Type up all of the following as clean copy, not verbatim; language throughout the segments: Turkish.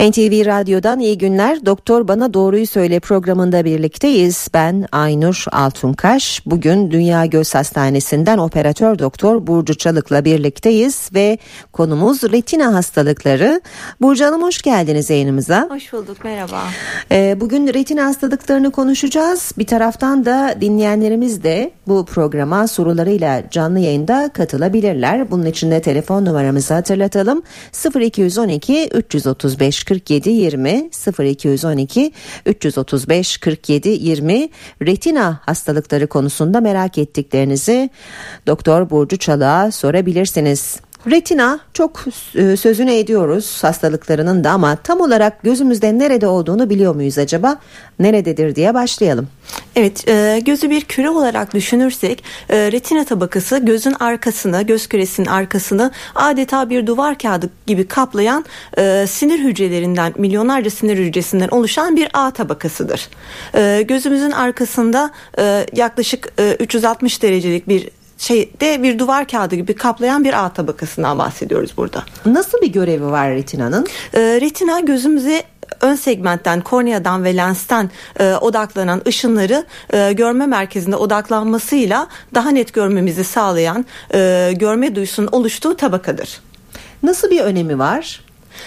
NTV Radyo'dan iyi günler. Doktor Bana Doğruyu Söyle programında birlikteyiz. Ben Aynur Altunkaş. Bugün Dünya Göz Hastanesi'nden operatör doktor Burcu Çalık'la birlikteyiz ve konumuz retina hastalıkları. Burcu Hanım, hoş geldiniz yayınımıza. Hoş bulduk, merhaba. Bugün retina hastalıklarını konuşacağız. Bir taraftan da dinleyenlerimiz de bu programa sorularıyla canlı yayında katılabilirler. Bunun için de telefon numaramızı hatırlatalım. 0212 335 47 20 0212 335 47 20 retina hastalıkları konusunda merak ettiklerinizi Doktor Burcu Çalık'a sorabilirsiniz. Retina çok sözünü ediyoruz hastalıklarının da, ama tam olarak gözümüzde nerede olduğunu biliyor muyuz acaba? Nerededir diye başlayalım. Evet, gözü bir küre olarak düşünürsek retina tabakası gözün arkasını, göz küresinin arkasını adeta bir duvar kağıdı gibi kaplayan sinir hücrelerinden, milyonlarca sinir hücresinden oluşan bir ağ tabakasıdır. Gözümüzün arkasında yaklaşık 360 derecelik bir duvar kağıdı gibi kaplayan bir ağ tabakasından bahsediyoruz burada. Nasıl bir görevi var retinanın? Retina gözümüze ön segmentten, korneadan ve lensten odaklanan ışınları görme merkezinde odaklanmasıyla daha net görmemizi sağlayan görme duyusunun oluştuğu tabakadır. Nasıl bir önemi var?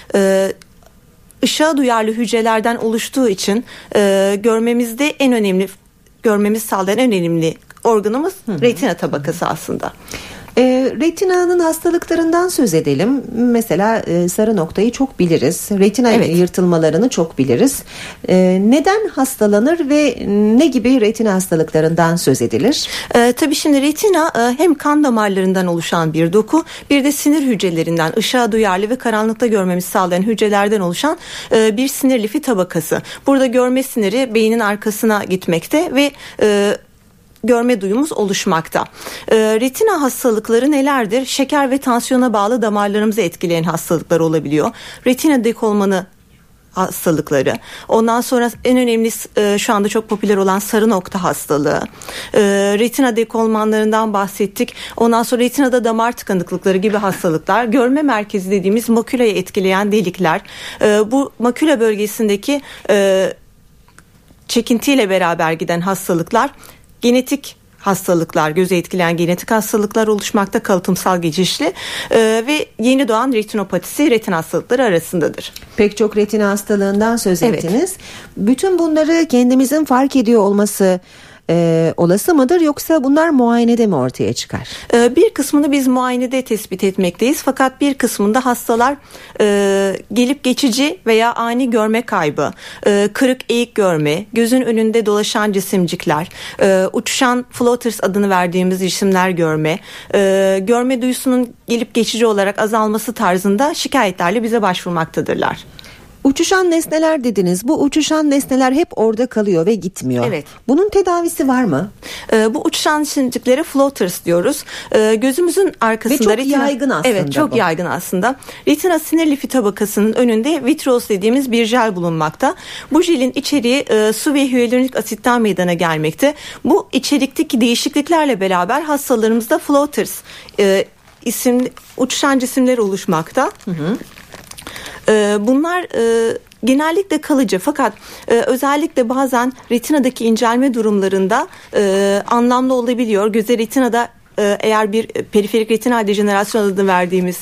Işığa duyarlı hücrelerden oluştuğu için görmemizi sağlayan en önemli organımız retina tabakası aslında. Retinanın hastalıklarından söz edelim. Mesela sarı noktayı çok biliriz. Retina yırtılmalarını çok biliriz. Neden hastalanır ve ne gibi retina hastalıklarından söz edilir? Tabii şimdi retina hem kan damarlarından oluşan bir doku, bir de sinir hücrelerinden, ışığa duyarlı ve karanlıkta görmemizi sağlayan hücrelerden oluşan bir sinir lifi tabakası. Burada görme siniri beynin arkasına gitmekte ve görme duyumuz oluşmakta. Retina hastalıkları nelerdir? Şeker ve tansiyona bağlı damarlarımızı etkileyen hastalıklar olabiliyor. Retina dekolmanı hastalıkları. Ondan sonra en önemlisi şu anda çok popüler olan sarı nokta hastalığı. Retina dekolmanlarından bahsettik. Ondan sonra retinada damar tıkanıklıkları gibi hastalıklar. Görme merkezi dediğimiz makülayı etkileyen delikler. Bu maküla bölgesindeki çekintiyle beraber giden hastalıklar. Genetik hastalıklar, gözü etkileyen genetik hastalıklar oluşmakta, kalıtımsal geçişli ve yeni doğan retinopatisi retina hastalıkları arasındadır. Pek çok retina hastalığından söz ettiniz. Bütün bunları kendimizin fark ediyor olması olası mıdır, yoksa bunlar muayenede mi ortaya çıkar? Bir kısmını biz muayenede tespit etmekteyiz, fakat bir kısmında hastalar gelip geçici veya ani görme kaybı, kırık eğik görme, gözün önünde dolaşan cisimcikler, uçuşan floaters adını verdiğimiz cisimler görme, görme duyusunun gelip geçici olarak azalması tarzında şikayetlerle bize başvurmaktadırlar. Uçuşan nesneler dediniz. Bu uçuşan nesneler hep orada kalıyor ve gitmiyor. Evet. Bunun tedavisi var mı? Bu uçuşan cisimciklere floaters diyoruz. Gözümüzün arkasında. Ve çok yaygın aslında. Evet, çok yaygın aslında. Retina sinir lifi tabakasının önünde vitreous dediğimiz bir jel bulunmakta. Bu jelin içeriği su ve hyaluronik asitten meydana gelmekte. Bu içerikteki değişikliklerle beraber hastalarımızda floaters isimli uçuşan cisimler oluşmakta. Bunlar genellikle kalıcı, fakat özellikle bazen retinadaki incelme durumlarında anlamlı olabiliyor. Göze retinada eğer bir periferik retinal dejenerasyon adını verdiğimiz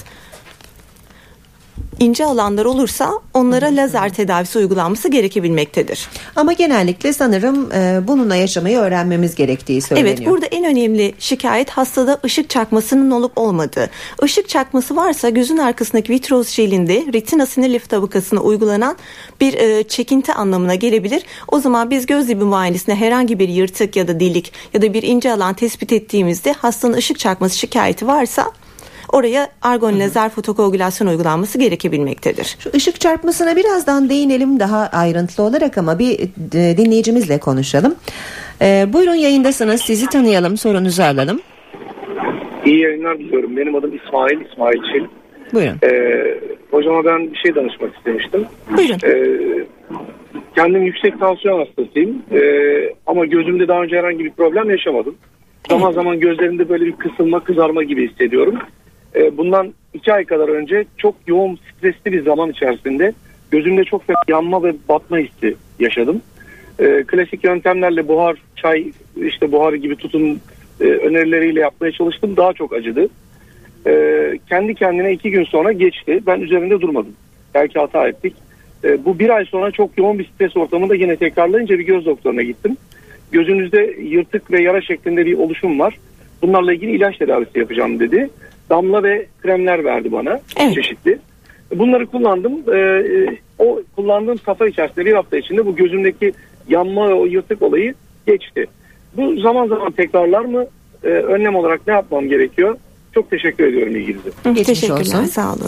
ince alanlar olursa onlara lazer tedavisi uygulanması gerekebilmektedir. Ama genellikle sanırım bununla yaşamayı öğrenmemiz gerektiği söyleniyor. Evet, burada en önemli şikayet hastada ışık çakmasının olup olmadığı. Işık çakması varsa gözün arkasındaki vitreous jelinde retina sinir lif tabakasına uygulanan bir çekinti anlamına gelebilir. O zaman biz göz dibi muayenesinde herhangi bir yırtık ya da delik ya da bir ince alan tespit ettiğimizde hastanın ışık çakması şikayeti varsa oraya argon lazer fotokoagülasyon uygulanması gerekebilmektedir. Şu ışık çarpmasına birazdan değinelim daha ayrıntılı olarak, ama bir dinleyicimizle konuşalım. Buyurun, yayındasınız. Sizi tanıyalım, sorunuzu alalım. İyi yayınlar diliyorum. Benim adım İsmail Çelik. Buyurun. Hocama ben bir şey danışmak istemiştim. Buyurun. Kendim yüksek tansiyon hastasıyım. Ama gözümde daha önce herhangi bir problem yaşamadım. Zaman zaman gözlerimde böyle bir kısılma, kızarma gibi hissediyorum. Bundan 2 ay kadar önce çok yoğun, stresli bir zaman içerisinde Gözümde çok fena yanma ve batma hissi yaşadım. Klasik yöntemlerle buhar, çay, işte buharı gibi tutun önerileriyle yapmaya çalıştım. Daha çok acıdı. Kendi kendine 2 gün sonra geçti. Ben üzerinde durmadım. Belki hata ettik. Bu 1 ay sonra çok yoğun bir stres ortamında yine tekrarlayınca bir göz doktoruna gittim. Gözünüzde yırtık ve yara şeklinde bir oluşum var. Bunlarla ilgili ilaç tedavisi yapacağım dedi. Damla ve kremler verdi bana, çeşitli. Bunları kullandım. O kullandığım safha içerisinde 1 hafta içinde bu gözümdeki yanma ve o yırtık olayı geçti. Bu zaman zaman tekrarlar mı? Önlem olarak ne yapmam gerekiyor? Çok teşekkür ediyorum ilginize. Teşekkürler, sağ olun.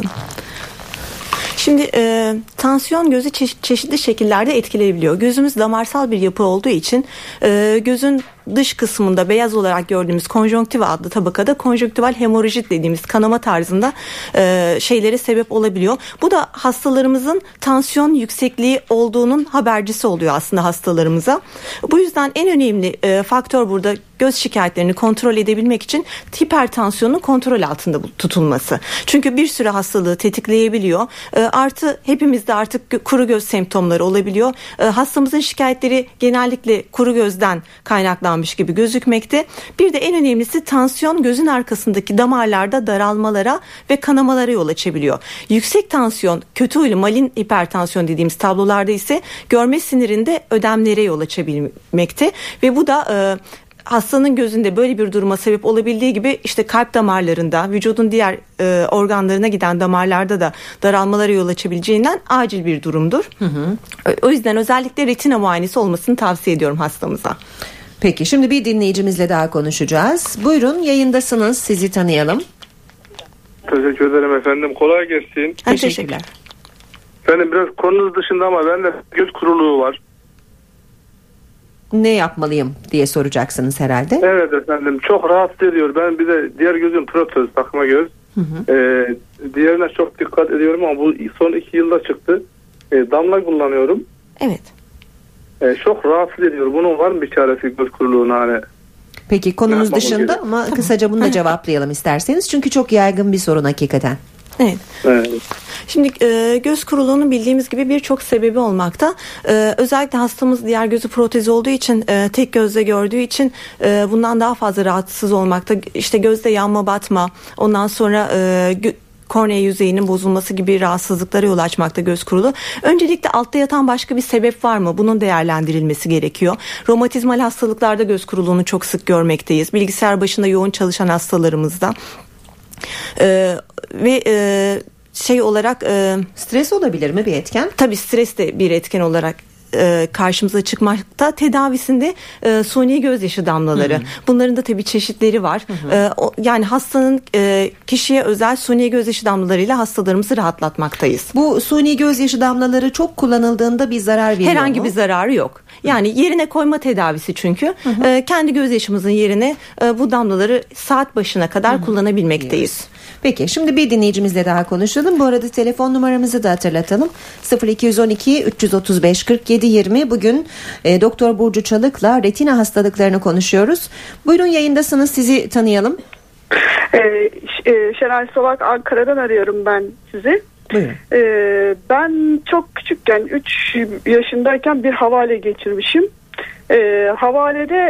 Şimdi tansiyon gözü çeşitli şekillerde etkileyebiliyor. Gözümüz damarsal bir yapı olduğu için gözün dış kısmında beyaz olarak gördüğümüz konjonktiva adlı tabakada konjonktival hemorajit dediğimiz kanama tarzında şeylere sebep olabiliyor. Bu da hastalarımızın tansiyon yüksekliği olduğunun habercisi oluyor aslında hastalarımıza. Bu yüzden en önemli faktör burada göz şikayetlerini kontrol edebilmek için hipertansiyonun kontrol altında tutulması. Çünkü bir sürü hastalığı tetikleyebiliyor. Artı hepimizde artık kuru göz semptomları olabiliyor. Hastamızın şikayetleri genellikle kuru gözden kaynaklanmış gibi gözükmekte. Bir de en önemlisi tansiyon gözün arkasındaki damarlarda daralmalara ve kanamalara yol açabiliyor. Yüksek tansiyon, kötü huylu malin hipertansiyon dediğimiz tablolarda ise görme sinirinde ödemlere yol açabilmekte ve bu da hastanın gözünde böyle bir duruma sebep olabildiği gibi işte kalp damarlarında, vücudun diğer organlarına giden damarlarda da daralmalara yol açabileceğinden acil bir durumdur. O yüzden özellikle retina muayenesi olmasını tavsiye ediyorum hastamıza. Peki şimdi bir dinleyicimizle daha konuşacağız. Buyurun, yayındasınız, sizi tanıyalım. Teşekkür ederim efendim. Kolay gelsin. Teşekkürler. Efendim biraz konunuz dışında ama bende göz kuruluğu var. Ne yapmalıyım diye soracaksınız herhalde. Evet efendim, çok rahatsız ediyor. Ben bir de diğer gözüm protez, takma göz. Diğerine çok dikkat ediyorum ama bu son 2 yılda çıktı. Damla kullanıyorum. Evet. Çok rahatsız ediyor. Bunun var mı bir çaresi göz kuruluğuna hani? Peki konumuz dışında ama kısaca bunu da cevaplayalım isterseniz. Çünkü çok yaygın bir sorun hakikaten. Evet. Şimdi göz kuruluğunun bildiğimiz gibi birçok sebebi olmakta. Özellikle hastamız diğer gözü protezi olduğu için tek gözle gördüğü için bundan daha fazla rahatsız olmakta. İşte gözde yanma, batma, ondan sonra kornea yüzeyinin bozulması gibi rahatsızlıklara yol açmakta göz kuruluğu. Öncelikle altta yatan başka bir sebep var mı? Bunun değerlendirilmesi gerekiyor. Romatizmal hastalıklarda göz kuruluğunu çok sık görmekteyiz. Bilgisayar başında yoğun çalışan hastalarımızda. Ve şey olarak stres olabilir mi bir etken? Tabii stres de bir etken olarak karşımıza çıkmakta. Tedavisinde suni gözyaşı damlaları. Bunların da tabii çeşitleri var. Yani hastanın kişiye özel suni gözyaşı damlalarıyla hastalarımızı rahatlatmaktayız. Bu suni gözyaşı damlaları çok kullanıldığında bir zarar veriyor mu? Herhangi bir zararı yok. Yani yerine koyma tedavisi çünkü. Kendi gözyaşımızın yerine bu damlaları saat başına kadar kullanabilmekteyiz. Peki şimdi bir dinleyicimizle daha konuşalım. Bu arada telefon numaramızı da hatırlatalım. 0212 335 47 20. Bugün Doktor Burcu Çalık'la retina hastalıklarını konuşuyoruz. Buyurun, yayındasınız, sizi tanıyalım. Şeray Solak, Ankara'dan arıyorum ben sizi. Buyurun. Ben çok küçükken 3 yaşındayken bir havale geçirmişim. Havalede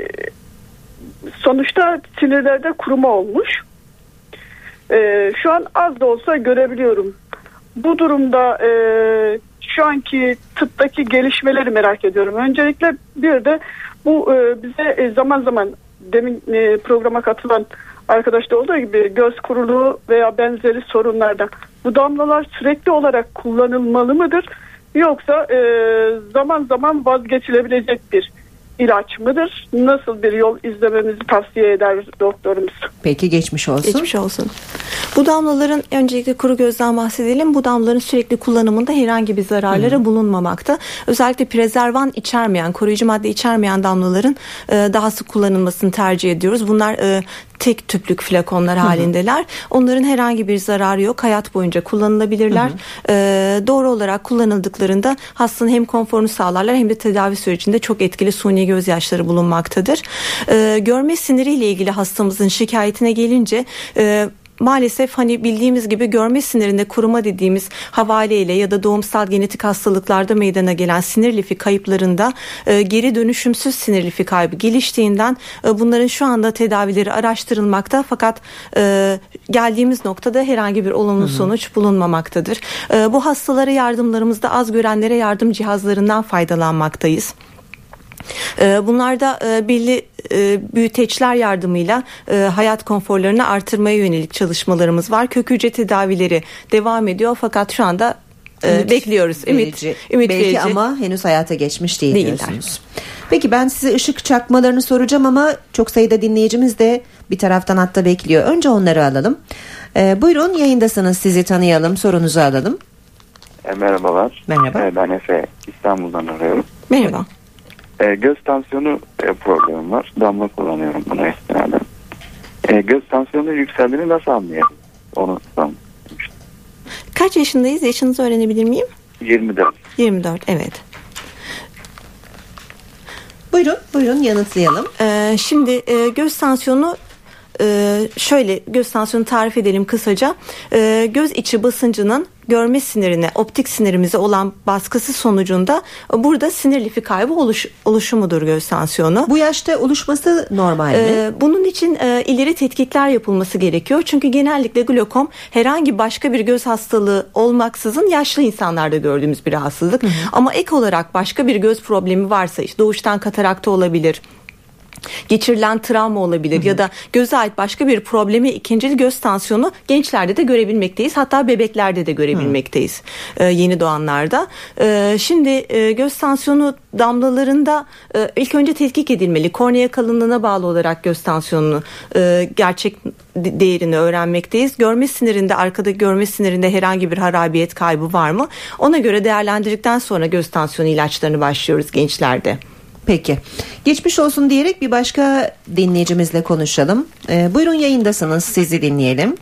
sonuçta sinirlerde kuruma olmuş. Şu an az da olsa görebiliyorum. Bu durumda şu anki tıptaki gelişmeleri merak ediyorum. Öncelikle bir de bu bize zaman zaman demin programa katılan arkadaşta olduğu gibi göz kuruluğu veya benzeri sorunlardan bu damlalar sürekli olarak kullanılmalı mıdır? Yoksa zaman zaman vazgeçilebilecek bir ilaç mıdır? Nasıl bir yol izlememizi tavsiye eder doktorumuz? Peki, geçmiş olsun. Geçmiş olsun. Bu damlaların, öncelikle kuru gözden bahsedelim. Bu damlaların sürekli kullanımında herhangi bir zararları bulunmamakta. Özellikle prezervan içermeyen, koruyucu madde içermeyen damlaların daha sık kullanılmasını tercih ediyoruz. Bunlar tek tüplük flakonlar halindeler. Onların herhangi bir zararı yok. Hayat boyunca kullanılabilirler. Doğru olarak kullanıldıklarında hastanın hem konforunu sağlarlar hem de tedavi sürecinde çok etkili suni gözyaşları bulunmaktadır. Görme siniriyle ilgili hastamızın şikayetine gelince maalesef hani bildiğimiz gibi görme sinirinde kuruma dediğimiz havaleyle ya da doğumsal genetik hastalıklarda meydana gelen sinir lifi kayıplarında geri dönüşümsüz sinir lifi kaybı geliştiğinden bunların şu anda tedavileri araştırılmakta, fakat geldiğimiz noktada herhangi bir olumlu sonuç bulunmamaktadır. Bu hastalara yardımlarımızda az görenlere yardım cihazlarından faydalanmaktayız. Bunlarda belli büyüteçler yardımıyla hayat konforlarını artırmaya yönelik çalışmalarımız var. Kök hücre tedavileri devam ediyor, fakat şu anda bekliyoruz. Ümit belki verici. Ama henüz hayata geçmiş değil diyorsunuz. Peki ben size ışık çakmalarını soracağım ama çok sayıda dinleyicimiz de bir taraftan hatta bekliyor. Önce onları alalım. Buyurun, yayındasınız, sizi tanıyalım, sorunuzu alalım. Merhabalar. Merhaba. Ben Efe, İstanbul'dan arıyorum. Merhaba. Göz tansiyonu problemim var. Damla kullanıyorum buna istinaden. Göz tansiyonu yükseldiğini nasıl anlayabilirim? Onu sanmıştım. Kaç yaşındayız? Yaşınızı öğrenebilir miyim? 24. 24, evet. Buyurun yanıtlayalım. Şimdi göz tansiyonu şöyle, göz tansiyonu tarif edelim kısaca. Göz içi basıncının görme sinirine, optik sinirimize olan baskısı sonucunda burada sinir lifi kaybı oluşumudur göz tansiyonu. Bu yaşta oluşması normal mi? Bunun için ileri tetkikler yapılması gerekiyor. Çünkü genellikle glokom herhangi başka bir göz hastalığı olmaksızın yaşlı insanlarda gördüğümüz bir rahatsızlık. Ama ek olarak başka bir göz problemi varsa, işte doğuştan katarakta olabilir, geçirilen travma olabilir ya da göze ait başka bir problemi, ikincil göz tansiyonu gençlerde de görebilmekteyiz. Hatta bebeklerde de görebilmekteyiz yeni doğanlarda. Şimdi göz tansiyonu damlalarında ilk önce tetkik edilmeli. Kornea kalınlığına bağlı olarak göz tansiyonunu gerçek değerini öğrenmekteyiz. Görme sinirinde, arkadaki görme sinirinde herhangi bir harabiyet kaybı var mı? Ona göre değerlendirdikten sonra göz tansiyonu ilaçlarını başlıyoruz gençlerde. Peki. Geçmiş olsun diyerek bir başka dinleyicimizle konuşalım. Buyurun, yayındasınız, sizi dinleyelim.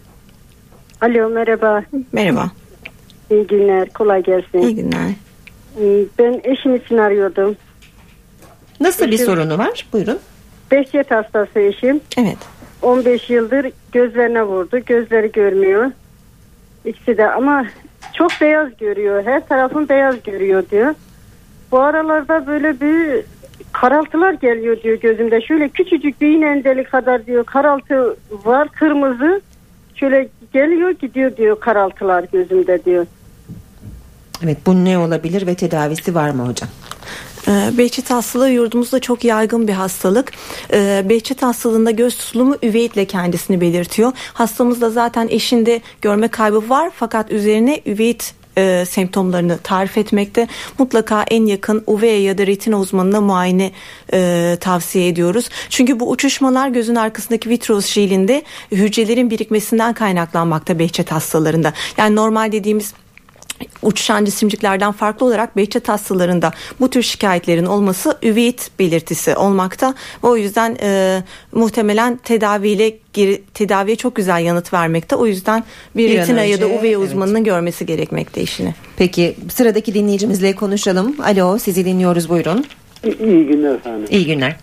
Alo, merhaba. Merhaba. İyi günler, kolay gelsin. İyi günler. Ben eşim için arıyordum. Nasıl bir sorunu var? Buyurun. Behçet hastası eşim. Evet. 15 yıldır gözlerine vurdu. Gözleri görmüyor. İkisi de, ama çok beyaz görüyor. Her tarafın beyaz görüyor diyor. Bu aralarda böyle bir karaltılar geliyor diyor gözümde. Şöyle küçücük bir iğnendeli kadar diyor karaltı var, kırmızı. Şöyle geliyor gidiyor diyor karaltılar gözümde diyor. Evet, bu ne olabilir ve tedavisi var mı hocam? Behçet hastalığı yurdumuzda çok yaygın bir hastalık. Behçet hastalığında göz tutulumu üveitle kendisini belirtiyor. Hastamızda zaten eşinde görme kaybı var, fakat üzerine üveit semptomlarını tarif etmekte. Mutlaka en yakın uvea ya da retina uzmanına muayene tavsiye ediyoruz. Çünkü bu uçuşmalar gözün arkasındaki vitreous jilinde hücrelerin birikmesinden kaynaklanmakta Behçet hastalarında. Yani normal dediğimiz uçuşan cisimciklerden farklı olarak Behçet hastalarında bu tür şikayetlerin olması üveit belirtisi olmakta. O yüzden muhtemelen tedaviye çok güzel yanıt vermekte. O yüzden bir retina ya da uvea uzmanının görmesi gerekmekte işini. Peki, sıradaki dinleyicimizle konuşalım. Alo, sizi dinliyoruz, buyurun. İyi günler efendim. İyi günler.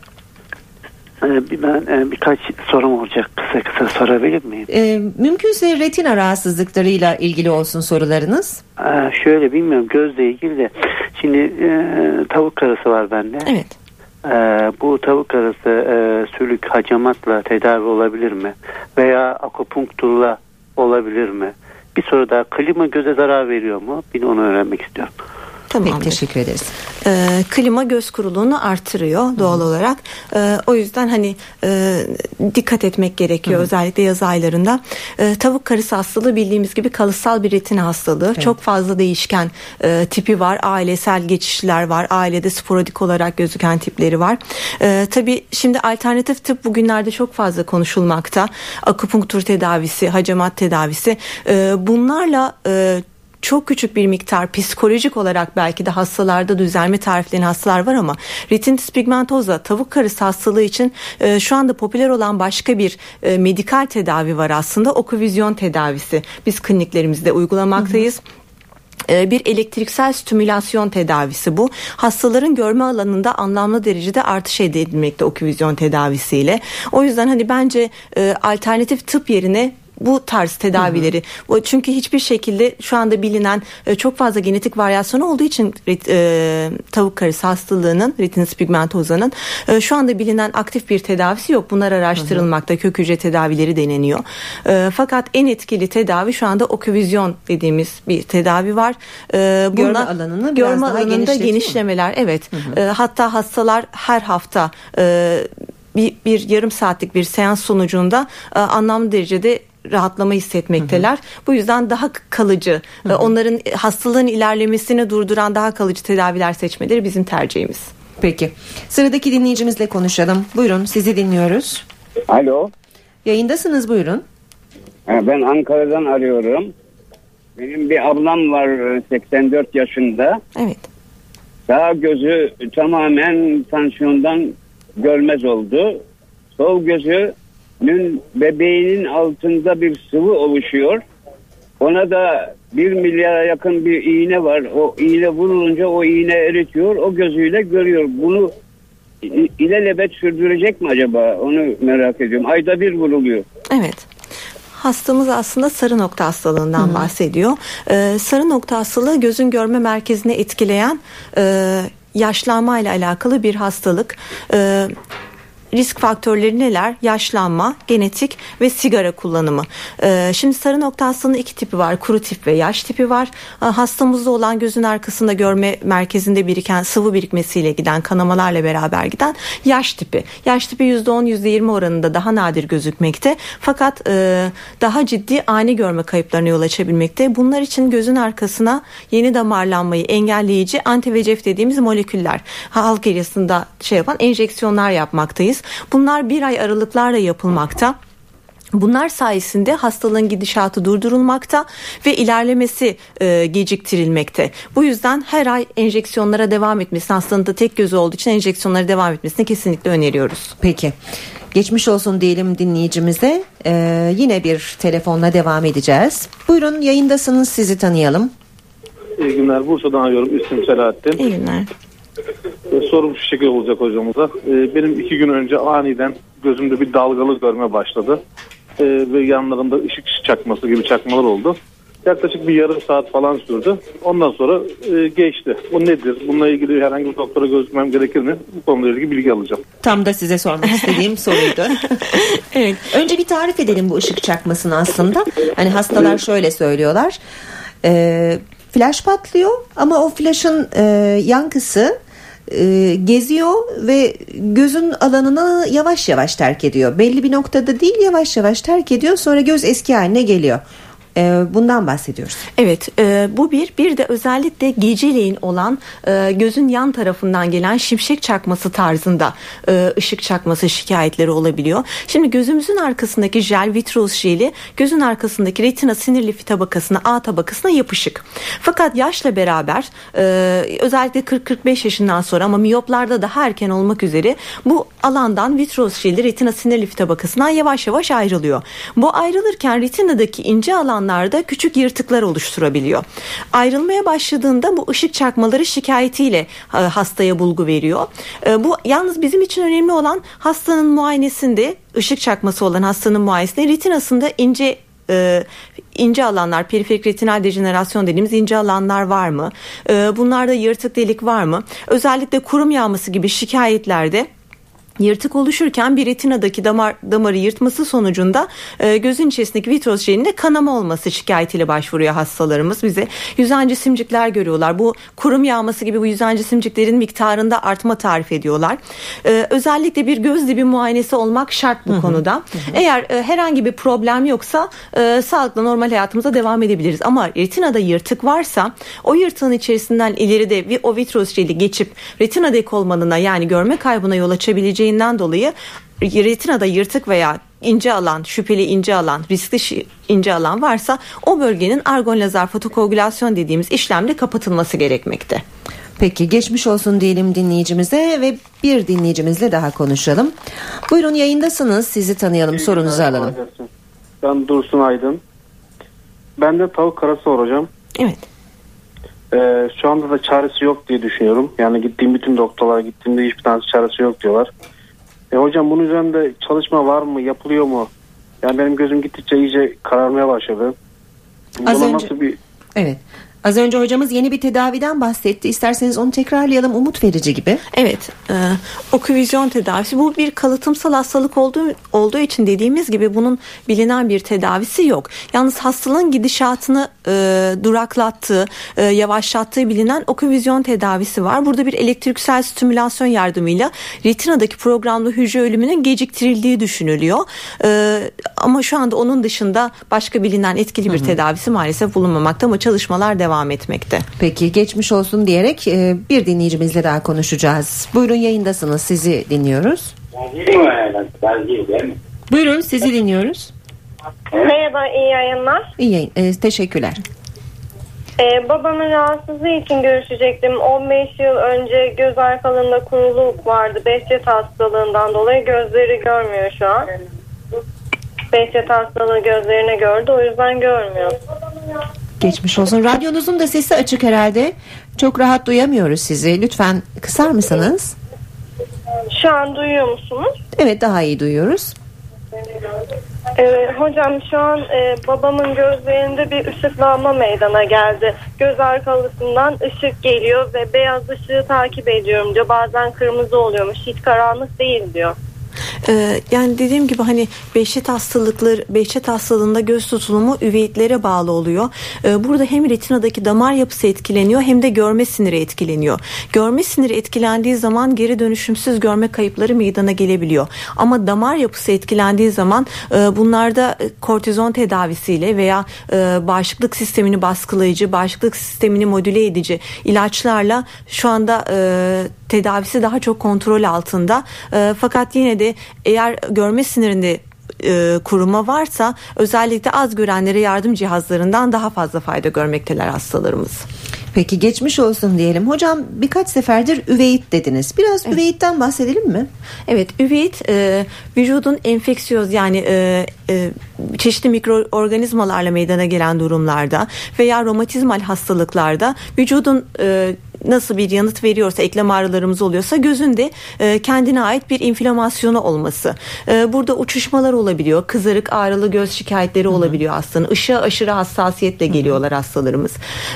Ben birkaç sorum olacak, kısa sorabilir miyim? Mümkünse retina rahatsızlıklarıyla ilgili olsun sorularınız. Şöyle, bilmiyorum, gözle ilgili de şimdi tavuk karası var bende. Evet. Bu tavuk karası sülük hacamatla tedavi olabilir mi? Veya akupunkturla olabilir mi? Bir soru daha, klima göze zarar veriyor mu? Bir de onu öğrenmek istiyorum. Tamam. Peki, teşekkür ederiz. Klima göz kuruluğunu artırıyor doğal olarak. O yüzden hani dikkat etmek gerekiyor özellikle yaz aylarında. Tavuk karısı hastalığı bildiğimiz gibi kalıtsal bir retina hastalığı. Evet. Çok fazla değişken tipi var. Ailesel geçişler var. Ailede sporadik olarak gözüken tipleri var. Tabii şimdi alternatif tıp bugünlerde çok fazla konuşulmakta. Akupunktur tedavisi, hacamat tedavisi. Bunlarla çok küçük bir miktar psikolojik olarak belki de hastalarda düzelme tarifleyen hastalar var, ama retinitis pigmentosa, tavuk karısı hastalığı için şu anda popüler olan başka bir medikal tedavi var aslında. Okuvizyon tedavisi. Biz kliniklerimizde uygulamaktayız. Bir elektriksel stimülasyon tedavisi bu. Hastaların görme alanında anlamlı derecede artış edilmekte okuvizyon tedavisiyle. O yüzden hani bence alternatif tıp yerine bu tarz tedavileri. Çünkü hiçbir şekilde şu anda bilinen çok fazla genetik varyasyonu olduğu için tavuk karısı hastalığının, retinitis pigmentosa'nın şu anda bilinen aktif bir tedavisi yok. Bunlar araştırılmakta. Kök hücre tedavileri deneniyor. Fakat en etkili tedavi şu anda okuvizyon dediğimiz bir tedavi var. Görme alanını biraz daha genişlemeler. Evet. Hatta hastalar her hafta bir yarım saatlik bir seans sonucunda anlamlı derecede rahatlama hissetmekteler. Bu yüzden daha kalıcı, onların hastalığın ilerlemesini durduran daha kalıcı tedaviler seçmeleri bizim tercihimiz. Peki. Sıradaki dinleyicimizle konuşalım. Buyurun, sizi dinliyoruz. Alo. Yayındasınız, buyurun. Ben Ankara'dan arıyorum. Benim bir ablam var 84 yaşında. Evet. Sağ gözü tamamen tansiyondan görmez oldu. Sol gözünün bebeğinin altında bir sıvı oluşuyor. Ona da 1 milyara yakın bir iğne var. O iğne vurulunca o iğne eritiyor. O gözüyle görüyor. Bunu ilelebet sürdürecek mi acaba? Onu merak ediyorum. Ayda bir vuruluyor. Evet. Hastamız aslında sarı nokta hastalığından bahsediyor. Sarı nokta hastalığı gözün görme merkezini etkileyen yaşlanma ile alakalı bir hastalık. Risk faktörleri neler? Yaşlanma, genetik ve sigara kullanımı. Şimdi sarı nokta hastalığının 2 tipi var. Kuru tip ve yaş tipi var. Hastamızda olan gözün arkasında görme merkezinde biriken sıvı birikmesiyle giden, kanamalarla beraber giden yaş tipi. Yaş tipi %10-%20 oranında daha nadir gözükmekte. Fakat daha ciddi ani görme kayıplarına yol açabilmekte. Bunlar için gözün arkasına yeni damarlanmayı engelleyici anti-VEGF dediğimiz moleküller, halk arasında yapan enjeksiyonlar yapmaktayız. Bunlar 1 ay aralıklarla yapılmakta. Bunlar sayesinde hastalığın gidişatı durdurulmakta ve ilerlemesi geciktirilmekte. Bu yüzden her ay enjeksiyonlara devam etmesini, hastanın da tek gözü olduğu için enjeksiyonlara devam etmesini kesinlikle öneriyoruz. Peki. Geçmiş olsun diyelim dinleyicimize. Yine bir telefonla devam edeceğiz. Buyurun, yayındasınız, sizi tanıyalım. İyi günler. Bursa'dan arıyorum. İsmim Selahattin. İyi günler. Sorum şu şekilde olacak hocamıza. Benim 2 gün önce aniden gözümde bir dalgalı görme başladı. Ve yanlarında ışık çakması gibi çakmalar oldu. Yaklaşık bir yarım saat falan sürdü. Ondan sonra geçti. Bu nedir? Bununla ilgili herhangi bir doktora gözükmem gerekir mi? Bu konuyla ilgili bilgi alacağım. Tam da size sormak istediğim soruydu. Evet. Önce bir tarif edelim bu ışık çakmasını aslında. Hani hastalar şöyle söylüyorlar. Flaş patlıyor ama o flaşın yankısı geziyor ve gözün alanını yavaş yavaş terk ediyor. Belli bir noktada değil, yavaş yavaş terk ediyor. Sonra göz eski haline geliyor. Bundan bahsediyoruz. Evet, bu bir de özellikle geceleyin olan gözün yan tarafından gelen şimşek çakması tarzında ışık çakması şikayetleri olabiliyor. Şimdi gözümüzün arkasındaki jel, vitreous jeli gözün arkasındaki retina sinir lifi tabakasına, A tabakasına yapışık. Fakat yaşla beraber özellikle 40-45 yaşından sonra ama miyoplarda daha erken olmak üzere bu alandan vitreous jeli retina sinir lifi tabakasından yavaş yavaş ayrılıyor. Bu ayrılırken retinadaki ince alanlarda küçük yırtıklar oluşturabiliyor. Ayrılmaya başladığında bu ışık çakmaları şikayetiyle hastaya bulgu veriyor. Bu yalnız bizim için önemli olan hastanın muayenesinde, ışık çakması olan hastanın muayenesinde retinasında ince alanlar, periferik retinal dejenerasyon dediğimiz ince alanlar var mı? Bunlarda yırtık, delik var mı? Özellikle kurum yağması gibi şikayetlerde yırtık oluşurken bir retinadaki damarı yırtması sonucunda gözün içerisindeki vitreous jelinde kanama olması şikayetiyle başvuruyor hastalarımız bize. Yüzence simcikler görüyorlar. Bu kurum yağması gibi bu yüzence simciklerin miktarında artma tarif ediyorlar. Özellikle bir göz dibi muayenesi olmak şart bu konuda. Eğer herhangi bir problem yoksa sağlıklı normal hayatımıza devam edebiliriz. Ama retinada yırtık varsa o yırtığın içerisinden ileride o vitreous jeli geçip retina dekolmanına yani görme kaybına yol açabileceği dolayı retinada yırtık veya ince alan, şüpheli ince alan, riskli ince alan varsa o bölgenin argon lazer fotokoagülasyon dediğimiz işlemle kapatılması gerekmekte. Peki, geçmiş olsun diyelim dinleyicimize ve bir dinleyicimizle daha konuşalım. Buyurun, yayındasınız, sizi tanıyalım, sorunuzu alalım. Ben Dursun Aydın. Ben de tavuk karası var hocam. Evet. Şu anda da çaresi yok diye düşünüyorum. Yani gittiğim bütün doktorlara gittiğimde hiçbir tanesi çaresi yok diyorlar. Hocam bunun üzerinde çalışma var mı? Yapılıyor mu? Yani benim gözüm gittikçe iyice kararmaya başladı. Evet. Az önce hocamız yeni bir tedaviden bahsetti. İsterseniz onu tekrarlayalım, umut verici gibi. Evet, okuvizyon tedavisi bu bir kalıtımsal hastalık olduğu için dediğimiz gibi bunun bilinen bir tedavisi yok. Yalnız hastalığın gidişatını duraklattığı, yavaşlattığı bilinen okuvizyon tedavisi var. Burada bir elektriksel stimülasyon yardımıyla retinadaki programlı hücre ölümünün geciktirildiği düşünülüyor. Ama şu anda onun dışında başka bilinen etkili bir tedavisi maalesef bulunmamakta ama çalışmalar devam etmekte. Peki, geçmiş olsun diyerek bir dinleyicimizle daha konuşacağız. Buyurun, yayındasınız, sizi dinliyoruz. Buyurun, sizi dinliyoruz. Merhaba, iyi yayınlar. İyi yayın, teşekkürler. Babamın rahatsızlığı için görüşecektim. 15 yıl önce göz arkalığında kuruluk vardı. Behçet hastalığından dolayı gözleri görmüyor şu an. Behçet hastalığı gözlerine gördü, o yüzden görmüyor. Geçmiş olsun. Radyonuzun da sesi açık herhalde. Çok rahat duyamıyoruz sizi. Lütfen kısar mısınız? Şu an duyuyor musunuz? Evet, daha iyi duyuyoruz. Hocam şu an babamın gözlerinde bir ışıklanma meydana geldi. Göz arkalısından ışık geliyor ve beyaz ışığı takip ediyorum diyor. Bazen kırmızı oluyormuş. Hiç karanlık değil diyor. Yani dediğim gibi hani Behçet hastalığında göz tutulumu üveitlere bağlı oluyor. Burada hem retinadaki damar yapısı etkileniyor hem de görme siniri etkileniyor. Görme siniri etkilendiği zaman geri dönüşümsüz görme kayıpları meydana gelebiliyor. Ama damar yapısı etkilendiği zaman bunlarda kortizon tedavisiyle veya bağışıklık sistemini baskılayıcı, bağışıklık sistemini modüle edici ilaçlarla şu anda tedavisi daha çok kontrol altında. Fakat yine de eğer görme sinirinde kuruma varsa özellikle az görenlere yardım cihazlarından daha fazla fayda görmekteler hastalarımız. Peki, geçmiş olsun diyelim. Hocam, birkaç seferdir üveit dediniz. Biraz üveitten bahsedelim mi? Evet, üveit vücudun enfeksiyöz yani çeşitli mikroorganizmalarla meydana gelen durumlarda veya romatizmal hastalıklarda vücudun nasıl bir yanıt veriyorsa, eklem ağrılarımız oluyorsa gözün de kendine ait bir inflamasyonu olması. Burada uçuşmalar olabiliyor. Kızarık, ağrılı göz şikayetleri olabiliyor hastanın. Işığa aşırı hassasiyetle geliyorlar hastalarımız.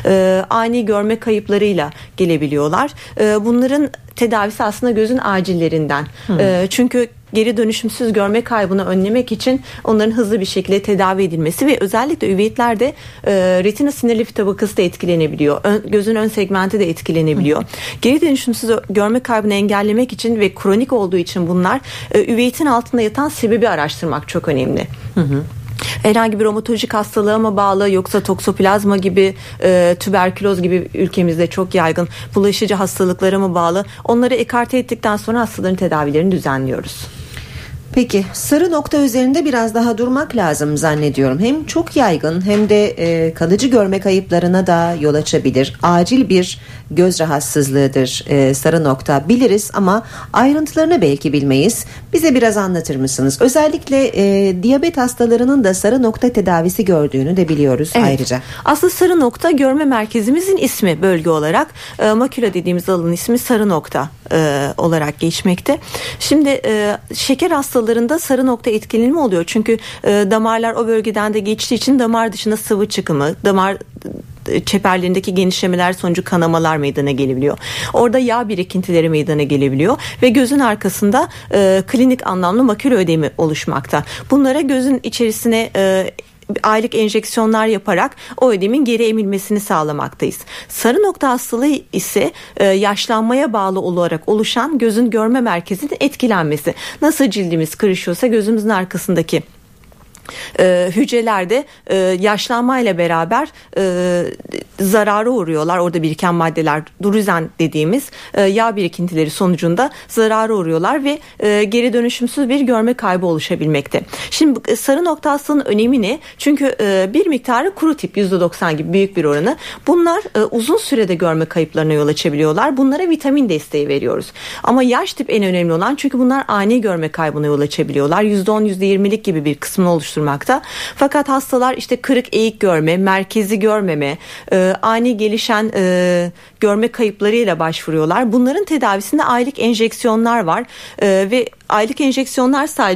Ani görme kayıplarıyla gelebiliyorlar. Bunların tedavisi aslında gözün acillerinden. Çünkü geri dönüşümsüz görme kaybını önlemek için onların hızlı bir şekilde tedavi edilmesi ve özellikle üveitlerde retina sinir lifi tabakası da etkilenebiliyor. Gözün ön segmenti de etkilenebiliyor. Geri dönüşümsüz görme kaybını engellemek için ve kronik olduğu için bunlar üveitin altında yatan sebebi araştırmak çok önemli. Herhangi bir romatolojik hastalığa mı bağlı yoksa toksoplazma gibi tüberküloz gibi ülkemizde çok yaygın bulaşıcı hastalıklara mı bağlı, onları ekarte ettikten sonra hastaların tedavilerini düzenliyoruz. Peki, sarı nokta üzerinde biraz daha durmak lazım zannediyorum. Hem çok yaygın hem de kalıcı görme kayıplarına da yol açabilir. Acil bir göz rahatsızlığıdır sarı nokta, biliriz ama ayrıntılarını belki bilmeyiz. Bize biraz anlatır mısınız? Özellikle diyabet hastalarının da sarı nokta tedavisi gördüğünü de biliyoruz ayrıca. Aslında sarı nokta görme merkezimizin ismi bölge olarak. Makula dediğimiz alanın ismi sarı nokta olarak geçmekte. Şimdi şeker hastalarında sarı nokta etkilenimi oluyor. Çünkü damarlar o bölgeden de geçtiği için damar dışına sıvı çıkımı, damar çeperlerindeki genişlemeler sonucu kanamalar meydana gelebiliyor. Orada yağ birikintileri meydana gelebiliyor ve gözün arkasında klinik anlamlı makül ödemi oluşmakta. Bunlara gözün içerisine aylık enjeksiyonlar yaparak o ödemin geri emilmesini sağlamaktayız. Sarı nokta hastalığı ise yaşlanmaya bağlı olarak oluşan gözün görme merkezinin etkilenmesi. Nasıl cildimiz kırışıyorsa gözümüzün arkasındaki hücrelerde yaşlanmayla beraber zarara uğruyorlar. Orada biriken maddeler, drusen dediğimiz yağ birikintileri sonucunda zarara uğruyorlar ve geri dönüşümsüz bir görme kaybı oluşabilmekte. Şimdi sarı nokta hastalığının önemi ne? Çünkü bir miktarı kuru tip %90 gibi büyük bir oranı. Bunlar uzun sürede görme kayıplarına yol açabiliyorlar. Bunlara vitamin desteği veriyoruz. Ama yaş tip en önemli olan, çünkü bunlar ani görme kaybına yol açabiliyorlar. %10, %20'lik gibi bir kısmını oluşturmakta. Fakat hastalar işte kırık eğik görme, merkezi görmeme, ani gelişen görme kayıplarıyla başvuruyorlar. Bunların tedavisinde aylık enjeksiyonlar var ve aylık enjeksiyonlar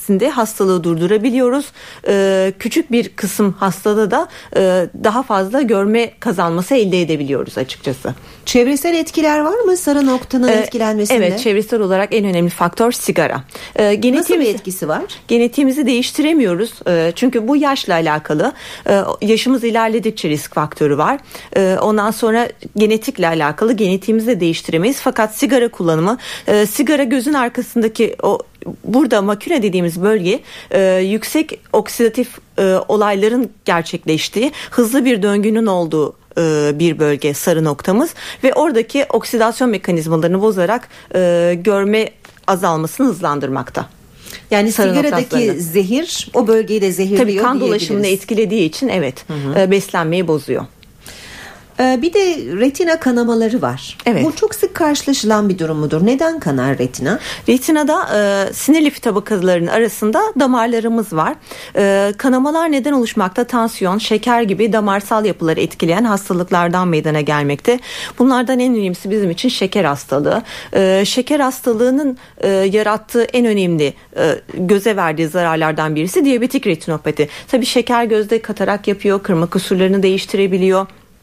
içerisinde hastalığı durdurabiliyoruz. Küçük bir kısım hastada da daha fazla görme kazanması elde edebiliyoruz açıkçası. Çevresel etkiler var mı sarı noktanın etkilenmesinde? Evet, çevresel olarak en önemli faktör sigara. Nasıl bir etkisi var? Genetiğimizi değiştiremiyoruz. Çünkü bu yaşla alakalı. Yaşımız ilerledikçe risk faktörü var. Ondan sonra genetikle alakalı, genetiğimizi de değiştiremeyiz. Fakat sigara kullanımı, sigara gözün arkasındaki burada maküle dediğimiz bölge yüksek oksidatif olayların gerçekleştiği, hızlı bir döngünün olduğu bir bölge sarı noktamız ve oradaki oksidasyon mekanizmalarını bozarak görme azalmasını hızlandırmakta. Yani sigaradaki zehir o bölgeyi de zehirliyor diyebiliriz. Tabii kan dolaşımını etkilediği için beslenmeyi bozuyor. Bir de retina kanamaları var. Evet. Bu çok sık karşılaşılan bir durum mudur? Neden kanar retina? Retinada sinir lifi tabakalarının arasında damarlarımız var. Kanamalar neden oluşmakta? Tansiyon, şeker gibi damarsal yapıları etkileyen hastalıklardan meydana gelmekte. Bunlardan en önemlisi bizim için şeker hastalığı. Şeker hastalığının yarattığı en önemli göze verdiği zararlardan birisi diyabetik retinopati. Tabii şeker gözde katarak yapıyor, kırma kusurlarını değiştirebiliyor.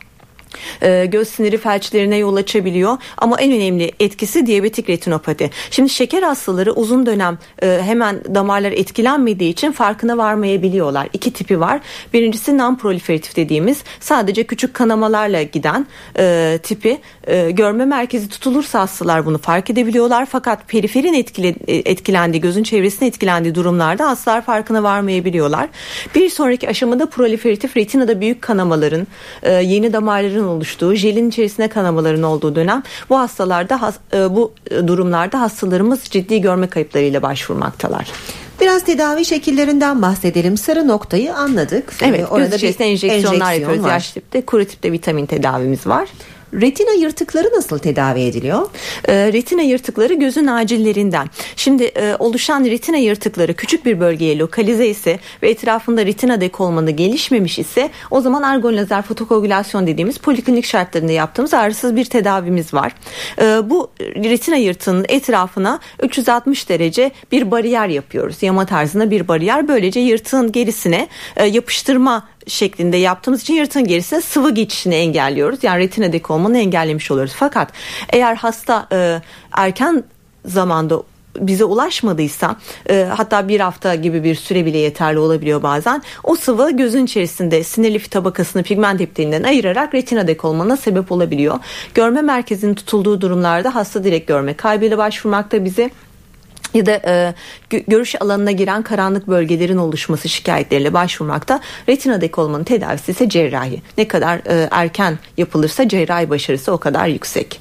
Göz siniri felçlerine yol açabiliyor ama en önemli etkisi diyabetik retinopati. Şimdi şeker hastaları uzun dönem hemen damarlar etkilenmediği için farkına varmayabiliyorlar. İki tipi var. Birincisi non-proliferatif dediğimiz sadece küçük kanamalarla giden tipi. Görme merkezi tutulursa hastalar bunu fark edebiliyorlar. Fakat periferin etkilendiği, gözün çevresinin etkilendiği durumlarda hastalar farkına varmayabiliyorlar. Bir sonraki aşamada proliferatif, retinada büyük kanamaların, yeni damarların oluştuğu, jelin içerisine kanamaların olduğu dönem, bu hastalarda bu durumlarda hastalarımız ciddi görme kayıplarıyla başvurmaktalar. Biraz tedavi şekillerinden bahsedelim. Sarı noktayı anladık. Evet, göz içerisinde enjeksiyonlar yapıyoruz. Var. Yaş tipte, kuru tipte vitamin tedavimiz var. Retina yırtıkları nasıl tedavi ediliyor? Retina yırtıkları gözün acillerinden. Şimdi oluşan retina yırtıkları küçük bir bölgeye lokalize ise ve etrafında retina dekolmanı gelişmemiş ise o zaman argon lazer fotokoagülasyon dediğimiz poliklinik şartlarında yaptığımız ağrısız bir tedavimiz var. Bu retina yırtığının etrafına 360 derece bir bariyer yapıyoruz. Yama tarzında bir bariyer. Böylece yırtığın gerisine yapıştırma şeklinde yaptığımız için yırtığın gerisine sıvı geçişini engelliyoruz. Yani retina dekolmanı engellemiş oluyoruz. Fakat eğer hasta erken zamanda bize ulaşmadıysa, hatta bir hafta gibi bir süre bile yeterli olabiliyor bazen. O sıvı gözün içerisinde sinir lifi tabakasını pigment epiteliğinden ayırarak retina dekolmanına sebep olabiliyor. Görme merkezinin tutulduğu durumlarda hasta direkt görme kaybıyla başvurmakta bize. Ya da görüş alanına giren karanlık bölgelerin oluşması şikayetleriyle başvurmakta. Retina dekolmanın tedavisi ise cerrahi. Ne kadar erken yapılırsa cerrahi başarısı o kadar yüksek.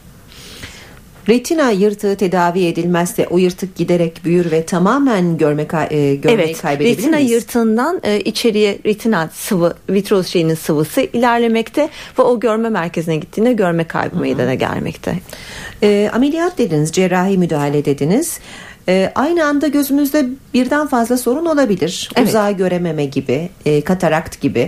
Retina yırtığı tedavi edilmezse o yırtık giderek büyür ve tamamen görmeyi kaybedebilir miyiz? Evet, retina yırtığından içeriye retina sıvı, vitreous şeyinin sıvısı ilerlemekte ve o görme merkezine gittiğinde görme kaybı meydana gelmekte. Ameliyat dediniz, cerrahi müdahale dediniz. Aynı anda gözümüzde birden fazla sorun olabilir. Evet. Uzağa görememe gibi, katarakt gibi.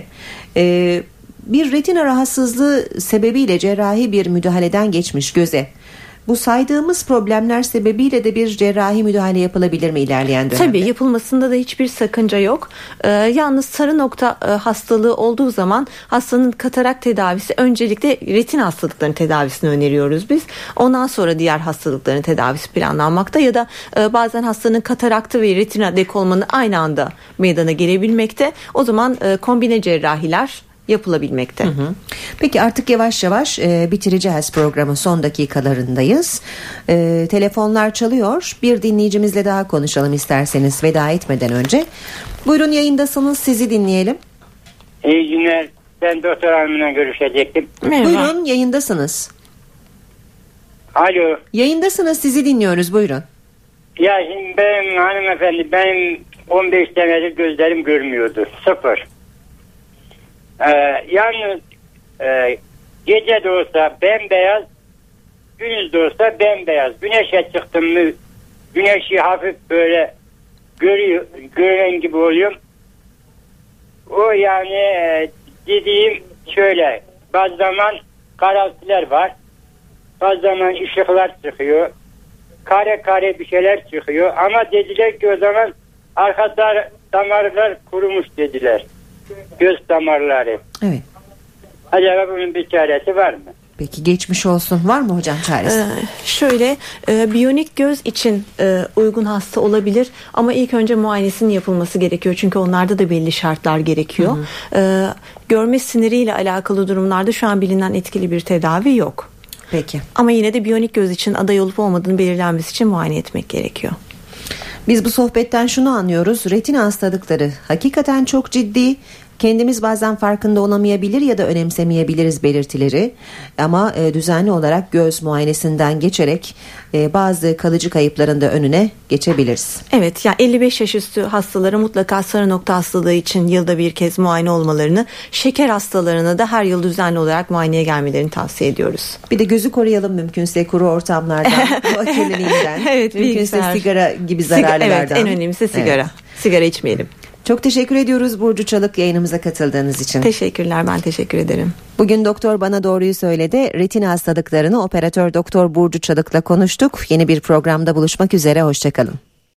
Bir retina rahatsızlığı sebebiyle cerrahi bir müdahaleden geçmiş göze. Bu saydığımız problemler sebebiyle de bir cerrahi müdahale yapılabilir mi ilerleyen dönemde? Tabii, yapılmasında da hiçbir sakınca yok. Yalnız sarı nokta hastalığı olduğu zaman hastanın katarak tedavisi, öncelikle retina hastalıklarının tedavisini öneriyoruz biz. Ondan sonra diğer hastalıkların tedavisi planlanmakta ya da bazen hastanın kataraktı ve retina dekolmanı aynı anda meydana gelebilmekte. O zaman kombine cerrahiler yapılabilmekte. Peki artık yavaş yavaş bitireceğiz programın son dakikalarındayız. Telefonlar çalıyor. Bir dinleyicimizle daha konuşalım isterseniz veda etmeden önce. Buyurun, yayındasınız, sizi dinleyelim. İyi günler. Ben doktor hanımla görüşecektim. Merhaba. Buyurun, yayındasınız. Alo. Yayındasınız, sizi dinliyoruz, buyurun. Ya şimdi benim hanımefendi, benim 15 senedir gözlerim görmüyordu. Sıfır. Yani gece de olsa bembeyaz, gündüz de olsa bembeyaz. Güneşe çıktım mı güneşi hafif böyle gören gibi oluyorum. O yani dediğim şöyle, bazı zaman karaltılar var, bazı zaman ışıklar çıkıyor, kare kare bir şeyler çıkıyor ama dediler ki o zaman arka damarlar kurumuş dediler. Göz damarları. Evet. Acaba bunun bir çaresi var mı? Peki geçmiş olsun. Var mı hocam çaresi? Şöyle biyonik göz için uygun hasta olabilir ama ilk önce muayenesinin yapılması gerekiyor. Çünkü onlarda da belli şartlar gerekiyor. Görme siniriyle alakalı durumlarda şu an bilinen etkili bir tedavi yok. Peki. Ama yine de biyonik göz için aday olup olmadığını belirlenmesi için muayene etmek gerekiyor. Biz bu sohbetten şunu anlıyoruz. Retina hastalıkları hakikaten çok ciddi. Kendimiz bazen farkında olamayabilir ya da önemsemeyebiliriz belirtileri. Ama düzenli olarak göz muayenesinden geçerek bazı kalıcı kayıpların da önüne geçebiliriz. Evet, yani 55 yaş üstü hastalara mutlaka sarı nokta hastalığı için yılda bir kez muayene olmalarını, şeker hastalarına da her yıl düzenli olarak muayeneye gelmelerini tavsiye ediyoruz. Bir de gözü koruyalım mümkünse kuru ortamlardan, bu kirliliğinden, evet, mümkünse sigara gibi zararlılardan. Evet, en önemlisi sigara. Evet. Sigara içmeyelim. Çok teşekkür ediyoruz Burcu Çalık yayınımıza katıldığınız için. Teşekkürler, ben teşekkür ederim. Bugün Doktor Bana Doğruyu Söyledi. Retina hastalıklarını operatör Doktor Burcu Çalık'la konuştuk. Yeni bir programda buluşmak üzere, hoşçakalın.